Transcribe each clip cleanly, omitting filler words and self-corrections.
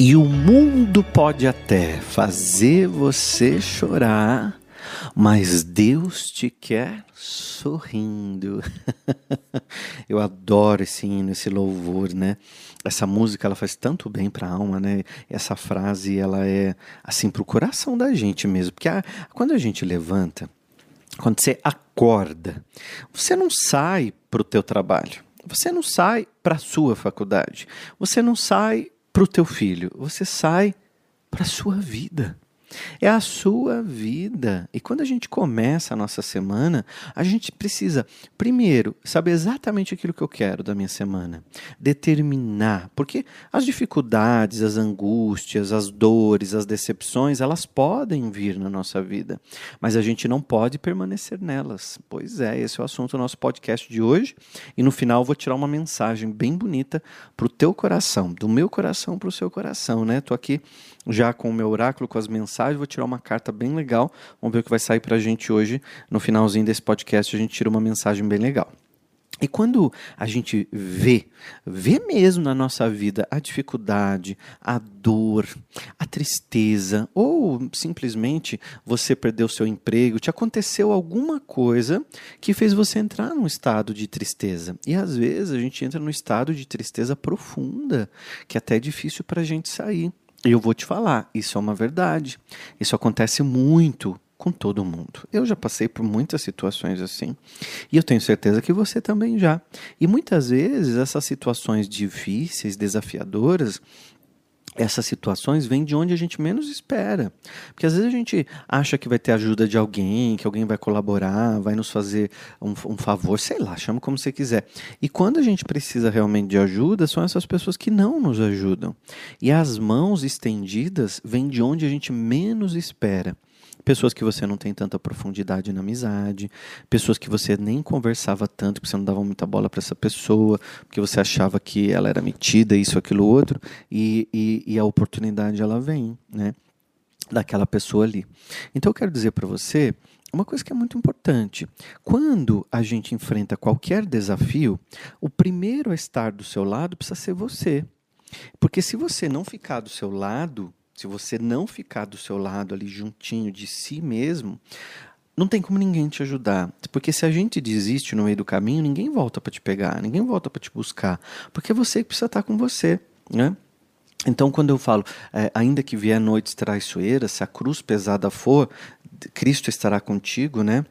E o mundo pode até fazer você chorar, mas Deus te quer sorrindo. Eu adoro esse hino, esse louvor, né? Essa música, ela faz tanto bem para a alma, né? Essa frase, ela é assim pro coração da gente mesmo, porque quando a gente levanta, quando você acorda, você não sai pro teu trabalho, você não sai para a sua faculdade, você não sai para o teu filho, você sai para a sua vida. É a sua vida. E quando a gente começa a nossa semana, a gente precisa, primeiro, saber exatamente aquilo que eu quero da minha semana. Determinar. Porque as dificuldades, as angústias, as dores, as decepções, elas podem vir na nossa vida. Mas a gente não pode permanecer nelas. Pois é, esse é o assunto do nosso podcast de hoje. E no final eu vou tirar uma mensagem bem bonita para o teu coração, do meu coração para o seu coração, né? Estou aqui já com o meu oráculo, com as mensagens, vou tirar uma carta bem legal. Vamos ver o que vai sair pra gente hoje. No finalzinho desse podcast, a gente tira uma mensagem bem legal. E quando a gente vê mesmo na nossa vida a dificuldade, a dor, a tristeza, ou simplesmente você perdeu seu emprego, te aconteceu alguma coisa que fez você entrar num estado de tristeza. E às vezes a gente entra num estado de tristeza profunda, que até é difícil pra gente sair. E eu vou te falar, isso é uma verdade. Isso acontece muito com todo mundo. Eu já passei por muitas situações assim. E eu tenho certeza que você também já. E muitas vezes essas situações difíceis, desafiadoras, essas situações vêm de onde a gente menos espera. Porque às vezes a gente acha que vai ter ajuda de alguém, que alguém vai colaborar, vai nos fazer um favor, sei lá, chama como você quiser. E quando a gente precisa realmente de ajuda, são essas pessoas que não nos ajudam. E as mãos estendidas vêm de onde a gente menos espera. Pessoas que você não tem tanta profundidade na amizade, pessoas que você nem conversava tanto, porque você não dava muita bola para essa pessoa, porque você achava que ela era metida, isso, aquilo, outro, e a oportunidade ela vem, né, daquela pessoa ali. Então eu quero dizer para você uma coisa que é muito importante. Quando a gente enfrenta qualquer desafio, o primeiro a estar do seu lado precisa ser você. Porque se você não ficar do seu lado, se você não ficar do seu lado ali juntinho de si mesmo, não tem como ninguém te ajudar. Porque se a gente desiste no meio do caminho, ninguém volta para te pegar, ninguém volta para te buscar. Porque é você que precisa estar com você, né? Então, quando eu falo, ainda que vier noites traiçoeiras, se a cruz pesada for, Cristo estará contigo, né?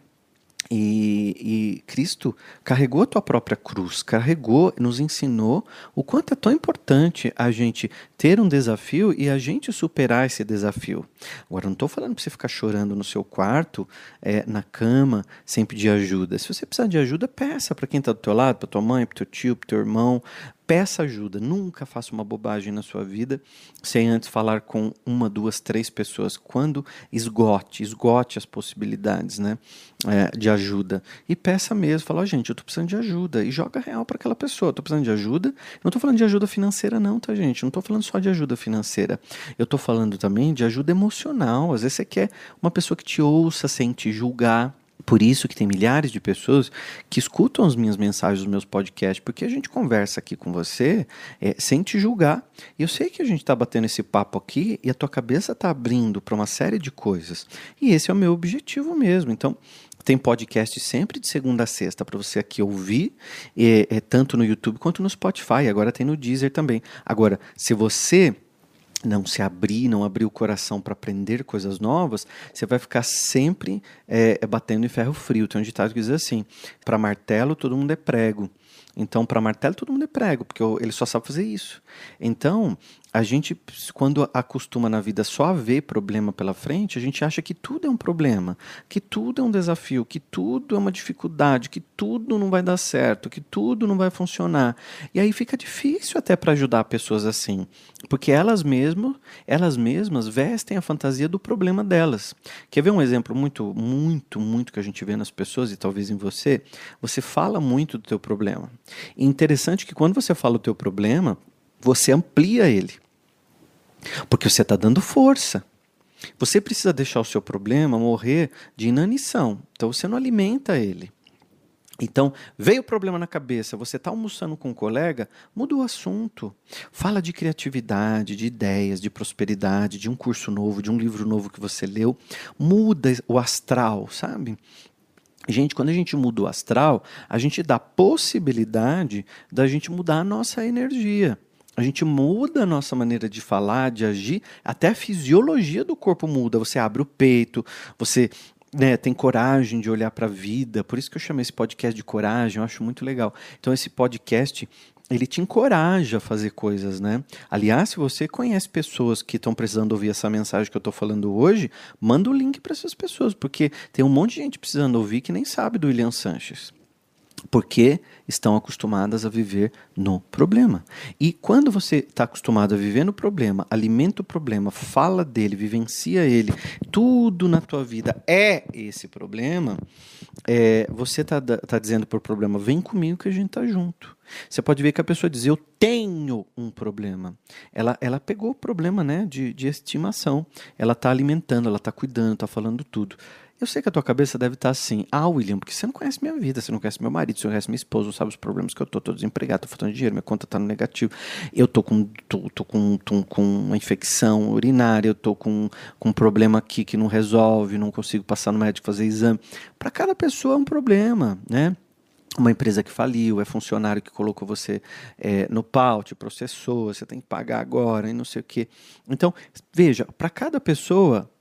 E Cristo carregou a tua própria cruz, carregou, nos ensinou o quanto é tão importante a gente ter um desafio e a gente superar esse desafio. Agora, não estou falando para você ficar chorando no seu quarto, na cama, sem pedir ajuda. Se você precisar de ajuda, peça para quem está do teu lado, para tua mãe, para teu tio, para teu irmão. Peça ajuda, nunca faça uma bobagem na sua vida sem antes falar com uma, duas, três pessoas. Quando esgote as possibilidades, né, de ajuda. E peça mesmo, fala, gente, eu estou precisando de ajuda. E joga real para aquela pessoa, estou precisando de ajuda. Não estou falando de ajuda financeira não, tá, gente? Não estou falando só de ajuda financeira. Eu estou falando também de ajuda emocional. Às vezes você quer uma pessoa que te ouça sem te julgar. Por isso que tem milhares de pessoas que escutam as minhas mensagens, os meus podcasts, porque a gente conversa aqui com você sem te julgar. E eu sei que a gente está batendo esse papo aqui e a tua cabeça está abrindo para uma série de coisas. E esse é o meu objetivo mesmo. Então, tem podcast sempre de segunda a sexta para você aqui ouvir, tanto no YouTube quanto no Spotify. Agora tem no Deezer também. Agora, se você não se abrir, não abrir o coração para aprender coisas novas, você vai ficar sempre batendo em ferro frio. Tem um ditado que diz assim, para martelo todo mundo é prego. Então, para martelo todo mundo é prego, porque ele só sabe fazer isso. Então, a gente, quando acostuma na vida só a ver problema pela frente, a gente acha que tudo é um problema, que tudo é um desafio, que tudo é uma dificuldade, que tudo não vai dar certo, que tudo não vai funcionar. E aí fica difícil até para ajudar pessoas assim, porque elas mesmas vestem a fantasia do problema delas. Quer ver um exemplo muito que a gente vê nas pessoas e talvez em você? Você fala muito do teu problema. E interessante que quando você fala o teu problema, você amplia ele, porque você está dando força. Você precisa deixar o seu problema morrer de inanição, então você não alimenta ele. Então, veio o problema na cabeça, você está almoçando com um colega, muda o assunto. Fala de criatividade, de ideias, de prosperidade, de um curso novo, de um livro novo que você leu. Muda o astral, sabe? Gente, quando a gente muda o astral, a gente dá possibilidade da gente mudar a nossa energia. A gente muda a nossa maneira de falar, de agir, até a fisiologia do corpo muda. Você abre o peito, você, né, tem coragem de olhar para a vida. Por isso que eu chamei esse podcast de coragem, eu acho muito legal. Então esse podcast, ele te encoraja a fazer coisas, né? Aliás, se você conhece pessoas que estão precisando ouvir essa mensagem que eu estou falando hoje, manda o link para essas pessoas, porque tem um monte de gente precisando ouvir que nem sabe do William Sanches. Porque estão acostumadas a viver no problema. E quando você está acostumado a viver no problema, alimenta o problema, fala dele, vivencia ele, tudo na tua vida é esse problema, você está dizendo para o problema, vem comigo que a gente está junto. Você pode ver que a pessoa diz, eu tenho um problema. Ela pegou o problema, né, de estimação. Ela está alimentando, ela está cuidando, está falando tudo. Eu sei que a tua cabeça deve estar assim, William, porque você não conhece minha vida, você não conhece meu marido, você não conhece minha esposa, não sabe os problemas que eu tô desempregado, tô faltando dinheiro, minha conta tá no negativo, eu tô com uma infecção urinária, eu tô com um problema aqui que não resolve, não consigo passar no médico fazer exame. Para cada pessoa é um problema, né? Uma empresa que faliu, é funcionário que colocou você no pau, te processou, você tem que pagar agora e não sei o quê. Então, veja, para cada pessoa,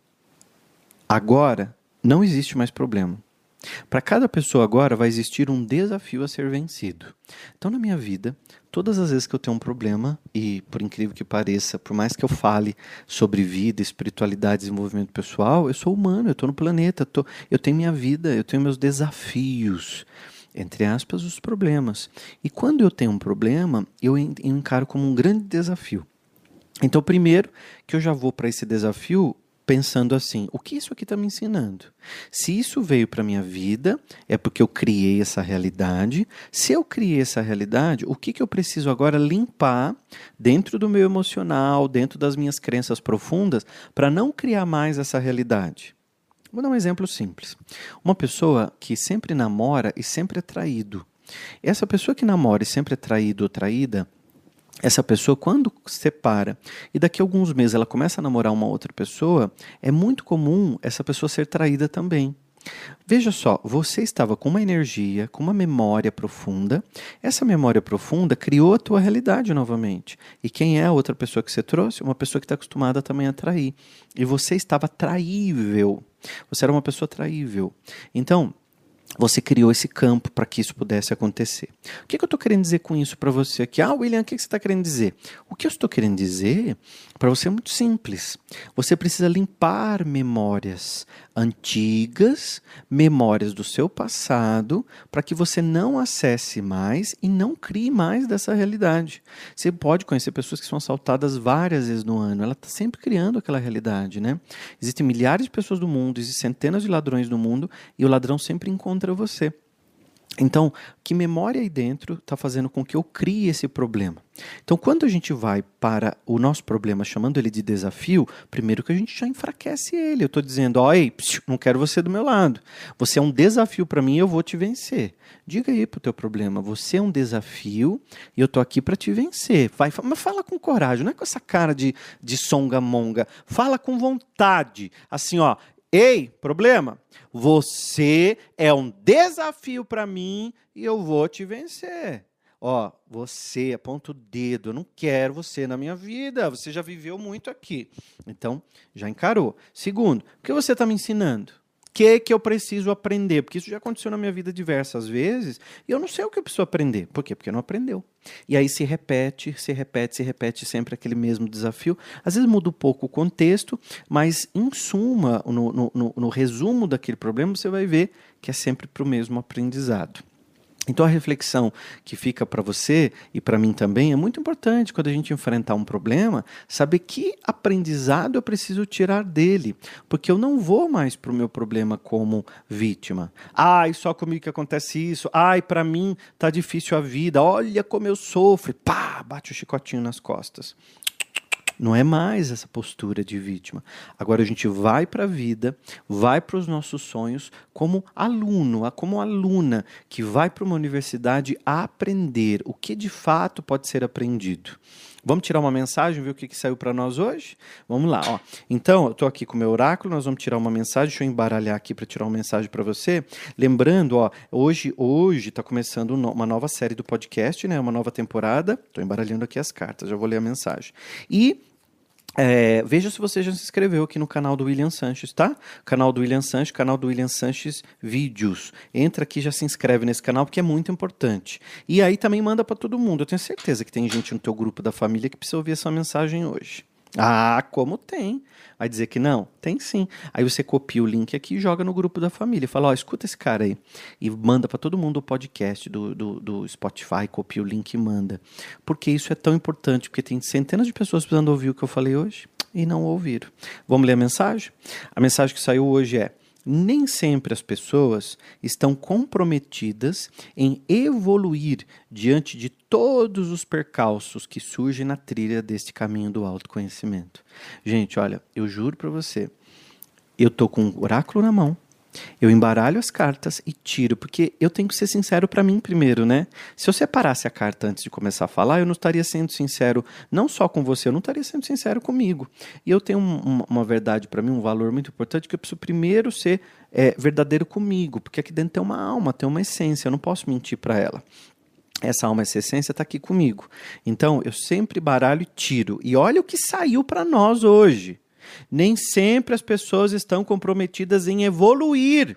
agora, não existe mais problema. Para cada pessoa agora vai existir um desafio a ser vencido. Então, na minha vida, todas as vezes que eu tenho um problema, e por incrível que pareça, por mais que eu fale sobre vida, espiritualidade, desenvolvimento pessoal, eu sou humano, eu estou no planeta, eu tenho minha vida, eu tenho meus desafios, entre aspas, os problemas. E quando eu tenho um problema, eu encaro como um grande desafio. Então, primeiro que eu já vou para esse desafio pensando assim, o que isso aqui está me ensinando? Se isso veio para a minha vida, é porque eu criei essa realidade. Se eu criei essa realidade, o que eu preciso agora limpar dentro do meu emocional, dentro das minhas crenças profundas, para não criar mais essa realidade? Vou dar um exemplo simples. Uma pessoa que sempre namora e sempre é traído. Essa pessoa que namora e sempre é traído ou traída, essa pessoa, quando se separa e daqui a alguns meses ela começa a namorar uma outra pessoa, é muito comum essa pessoa ser traída também. Veja só, você estava com uma energia, com uma memória profunda. Essa memória profunda criou a tua realidade novamente. E quem é a outra pessoa que você trouxe? Uma pessoa que está acostumada também a trair. E você estava traível. Você era uma pessoa traível. Então, você criou esse campo para que isso pudesse acontecer. O que eu estou querendo dizer com isso para você aqui? William, o que você está querendo dizer? O que eu estou querendo dizer para você é muito simples. Você precisa limpar memórias antigas, memórias do seu passado, para que você não acesse mais e não crie mais dessa realidade. Você pode conhecer pessoas que são assaltadas várias vezes no ano. Ela está sempre criando aquela realidade, né? Existem milhares de pessoas no mundo, existem centenas de ladrões no mundo e o ladrão sempre encontra você. Então, que memória aí dentro está fazendo com que eu crie esse problema? Então, quando a gente vai para o nosso problema, chamando ele de desafio, primeiro que a gente já enfraquece ele. Eu estou dizendo, ei, não quero você do meu lado. Você é um desafio para mim e eu vou te vencer. Diga aí para o teu problema, você é um desafio e eu estou aqui para te vencer. Mas fala com coragem, não é com essa cara de songamonga. Fala com vontade. Assim, ó. Ei, problema, você é um desafio para mim e eu vou te vencer. Você aponta o dedo, eu não quero você na minha vida, você já viveu muito aqui. Então, já encarou. Segundo, o que você está me ensinando? O que eu preciso aprender? Porque isso já aconteceu na minha vida diversas vezes e eu não sei o que eu preciso aprender. Por quê? Porque não aprendeu. E aí se repete sempre aquele mesmo desafio. Às vezes muda um pouco o contexto, mas em suma, no resumo daquele problema, você vai ver que é sempre para o mesmo aprendizado. Então a reflexão que fica para você e para mim também é muito importante quando a gente enfrentar um problema, saber que aprendizado eu preciso tirar dele, porque eu não vou mais para o meu problema como vítima. Só comigo que acontece isso. Para mim tá difícil a vida. Olha como eu sofro. Pá, bate o chicotinho nas costas. Não é mais essa postura de vítima. Agora a gente vai para a vida, vai para os nossos sonhos como aluno, como aluna que vai para uma universidade aprender o que de fato pode ser aprendido. Vamos tirar uma mensagem, ver o que saiu para nós hoje? Vamos lá, ó. Então, eu estou aqui com o meu oráculo, nós vamos tirar uma mensagem, deixa eu embaralhar aqui para tirar uma mensagem para você. Lembrando, ó, hoje está começando uma nova série do podcast, né? Uma nova temporada. Estou embaralhando aqui as cartas, já vou ler a mensagem. E veja se você já se inscreveu aqui no canal do William Sanches, tá? Canal do William Sanches Vídeos. Entra aqui e já se inscreve nesse canal porque é muito importante. E aí também manda para todo mundo. Eu tenho certeza que tem gente no teu grupo da família que precisa ouvir essa mensagem hoje. Ah, como tem? Vai dizer que não? Tem sim. Aí você copia o link aqui e joga no grupo da família. Fala, ó, escuta esse cara aí. E manda para todo mundo o podcast do Spotify, copia o link e manda. Porque isso é tão importante, porque tem centenas de pessoas precisando ouvir o que eu falei hoje e não ouviram. Vamos ler a mensagem? A mensagem que saiu hoje é: nem sempre as pessoas estão comprometidas em evoluir diante de todos os percalços que surgem na trilha deste caminho do autoconhecimento. Gente, olha, eu juro para você, eu tô com o oráculo na mão, eu embaralho as cartas e tiro, porque eu tenho que ser sincero para mim primeiro, né? Se eu separasse a carta antes de começar a falar, eu não estaria sendo sincero não só com você, eu não estaria sendo sincero comigo. E eu tenho uma verdade para mim, um valor muito importante, que eu preciso primeiro ser verdadeiro comigo, porque aqui dentro tem uma alma, tem uma essência, eu não posso mentir para ela. Essa alma, essa essência está aqui comigo. Então, eu sempre baralho e tiro. E olha o que saiu para nós hoje. Nem sempre as pessoas estão comprometidas em evoluir.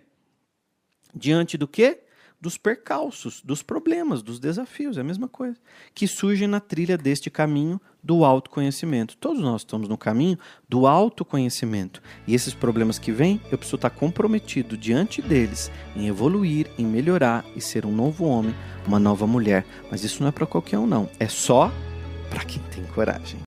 Diante do quê? Dos percalços, dos problemas, dos desafios, é a mesma coisa. Que surgem na trilha deste caminho do autoconhecimento. Todos nós estamos no caminho do autoconhecimento. E esses problemas que vêm, eu preciso estar comprometido diante deles em evoluir, em melhorar e ser um novo homem, uma nova mulher. Mas isso não é para qualquer um, não. É só para quem tem coragem.